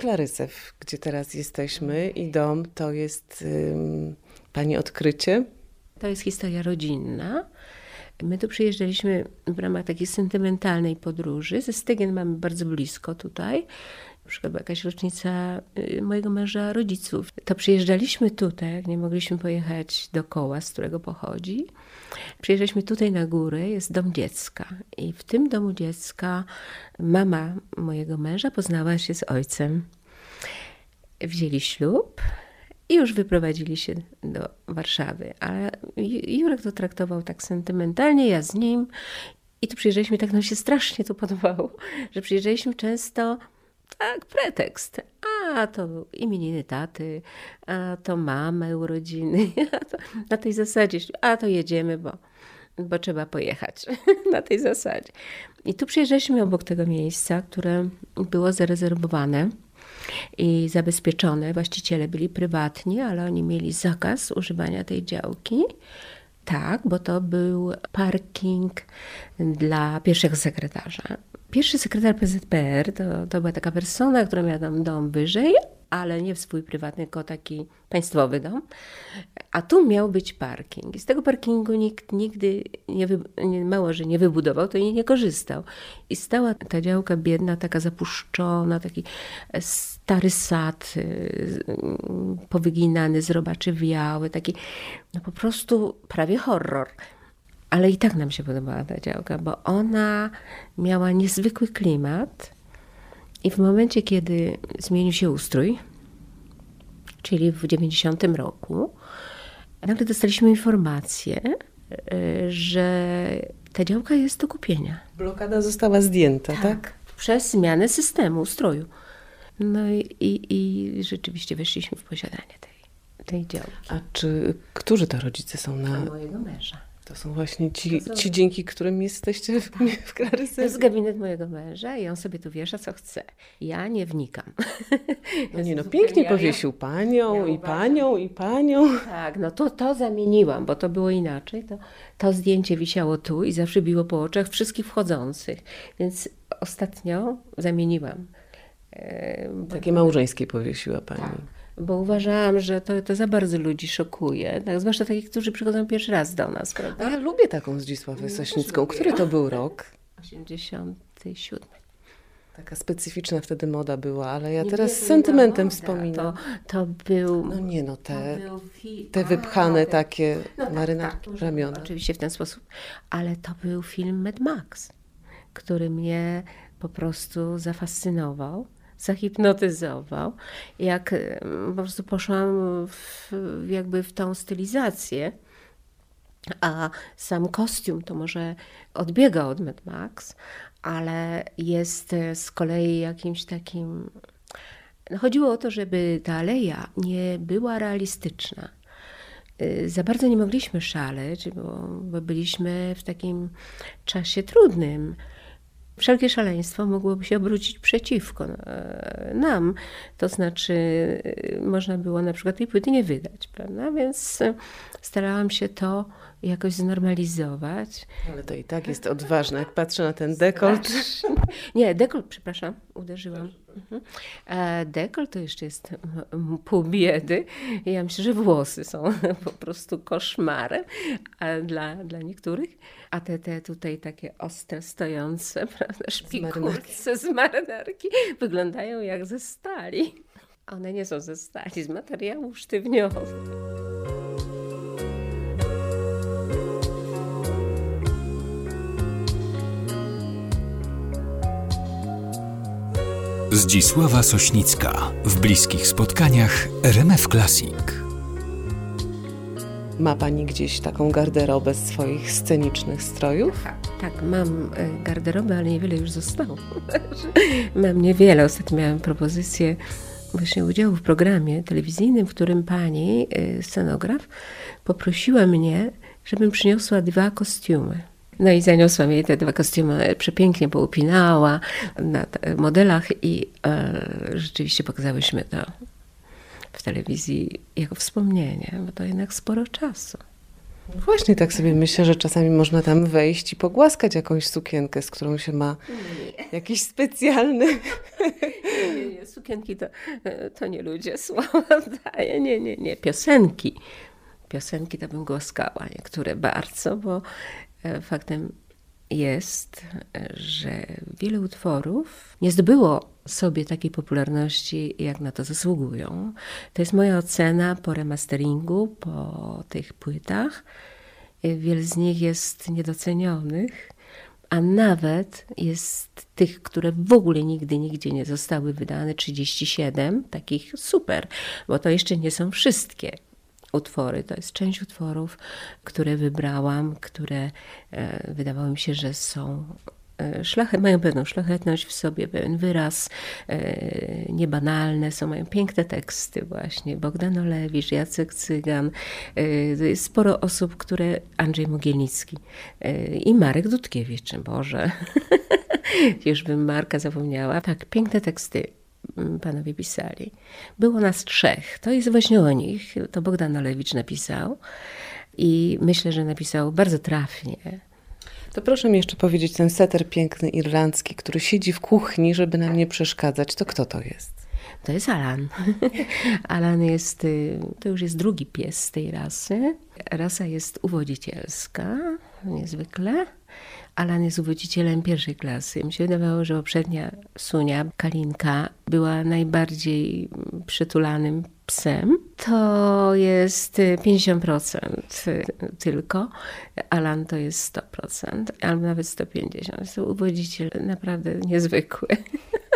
Klarysew, gdzie teraz jesteśmy i dom, to jest Pani odkrycie? To jest historia rodzinna. My tu przyjeżdżaliśmy w ramach takiej sentymentalnej podróży. Ze Stygien mamy bardzo blisko tutaj. Na przykład była jakaś rocznica mojego męża, rodziców. To przyjeżdżaliśmy tutaj, jak nie mogliśmy pojechać do Koła, z którego pochodzi. Przyjeżdżaliśmy tutaj na górę, jest dom dziecka. I w tym domu dziecka mama mojego męża poznała się z ojcem. Wzięli ślub i już wyprowadzili się do Warszawy. Ale Jurek to traktował tak sentymentalnie, ja z nim. I tu przyjeżdżaliśmy, tak nam się strasznie to podobało, że przyjeżdżaliśmy często, tak, pretekst. A to imieniny taty, a to mamy urodziny, a to na tej zasadzie, a to jedziemy, bo trzeba pojechać na tej zasadzie. I tu przyjeżdżaliśmy obok tego miejsca, które było zarezerwowane i zabezpieczone. Właściciele byli prywatni, ale oni mieli zakaz używania tej działki. Tak, bo to był parking dla pierwszego sekretarza. Pierwszy sekretarz PZPR to była taka persona, która miała tam dom wyżej, ale nie w swój prywatny, tylko taki państwowy dom. A tu miał być parking. I z tego parkingu nikt nigdy mało, że nie wybudował, to i nie korzystał. I stała ta działka biedna, taka zapuszczona, taki stary sad, powyginany z robaczy wiały, taki no po prostu prawie horror. Ale i tak nam się podobała ta działka, bo ona miała niezwykły klimat i w momencie, kiedy zmienił się ustrój, czyli w 90 roku, nagle dostaliśmy informację, że ta działka jest do kupienia. Blokada została zdjęta, tak? Przez zmianę systemu, ustroju. No i rzeczywiście weszliśmy w posiadanie tej działki. A którzy to rodzice są Mojego męża. To są właśnie ci dzięki którym jesteście w Klarysewie. To jest gabinet mojego męża i on sobie tu wiesza, co chce. Ja nie wnikam. No pięknie powiesił panią i panią i panią. Tak, no to zamieniłam, bo to było inaczej. To zdjęcie wisiało tu i zawsze biło po oczach wszystkich wchodzących. Więc ostatnio zamieniłam. Takie małżeńskie powiesiła pani. Tak. Bo uważałam, że to za bardzo ludzi szokuje, tak? Zwłaszcza takich, którzy przychodzą pierwszy raz do nas, prawda? Ja lubię taką Zdzisławę Sośnicką. Który to był rok? 87. Taka specyficzna wtedy moda była, ale ja teraz z sentymentem wspominam. To był... te wypchane takie marynarki, ramiona. Oczywiście w ten sposób, ale to był film Mad Max, który mnie po prostu zafascynował. Zahipnotyzował. Jak po prostu poszłam jakby w tą stylizację, a sam kostium to może odbiega od Mad Max, ale jest z kolei jakimś takim... No chodziło o to, żeby ta aleja nie była realistyczna. Za bardzo nie mogliśmy szaleć, bo byliśmy w takim czasie trudnym. Wszelkie szaleństwo mogłoby się obrócić przeciwko nam. To znaczy można było na przykład tej płyty nie wydać, prawda? Więc starałam się to jakoś znormalizować. Ale to i tak jest odważne, jak patrzę na ten dekolt. Nie, dekolt, przepraszam, uderzyłam. Dekolt to jeszcze jest pół biedy. Ja myślę, że włosy są po prostu koszmarem dla niektórych. A te tutaj takie ostre, stojące, prawda, szpikulce z marynarki wyglądają jak ze stali. One nie są ze stali, z materiałów sztywniowych. Zdzisława Sośnicka w bliskich spotkaniach RMF Classic. Ma pani gdzieś taką garderobę swoich scenicznych strojów? Tak, mam garderobę, ale niewiele już zostało. Mam niewiele. Ostatnio miałam propozycję właśnie udziału w programie telewizyjnym, w którym pani scenograf poprosiła mnie, żebym przyniosła 2 kostiumy. No i zaniosłam jej te 2 kostiumy, przepięknie poupinała na modelach i rzeczywiście pokazałyśmy to w telewizji jako wspomnienie, bo to jednak sporo czasu. Właśnie tak sobie myślę, że czasami można tam wejść i pogłaskać jakąś sukienkę, z którą się ma jakiś specjalny... Nie, sukienki to nie ludzie, słowa daje, nie, piosenki. Piosenki to bym głaskała, niektóre bardzo, bo faktem jest, że wiele utworów nie zdobyło sobie takiej popularności, jak na to zasługują. To jest moja ocena po remasteringu, po tych płytach. Wiele z nich jest niedocenionych, a nawet jest tych, które w ogóle nigdy nigdzie nie zostały wydane, 37, takich super, bo to jeszcze nie są wszystkie utwory. To jest część utworów, które wybrałam, które wydawało mi się, że są mają pewną szlachetność w sobie, pewien wyraz, niebanalne są, mają piękne teksty właśnie. Bogdan Olewicz, Jacek Cygan, jest sporo osób, które... Andrzej Mogielnicki i Marek Dudkiewicz, Boże, już bym Marka zapomniała. Tak, piękne teksty panowie pisali. Było nas 3. To jest właśnie o nich. To Bogdan Olewicz napisał i myślę, że napisał bardzo trafnie. To proszę mi jeszcze powiedzieć, ten setter piękny irlandzki, który siedzi w kuchni, żeby nam nie przeszkadzać, to kto to jest? To jest Alan. Alan jest, to już jest drugi pies z tej rasy. Rasa jest uwodzicielska, niezwykle. Alan jest uwodzicielem 1. klasy. Mi się wydawało, że poprzednia Sunia, Kalinka, była najbardziej przytulanym psem. To jest 50% tylko. Alan to jest 100%, albo nawet 150%. Jest to uwodziciel naprawdę niezwykły.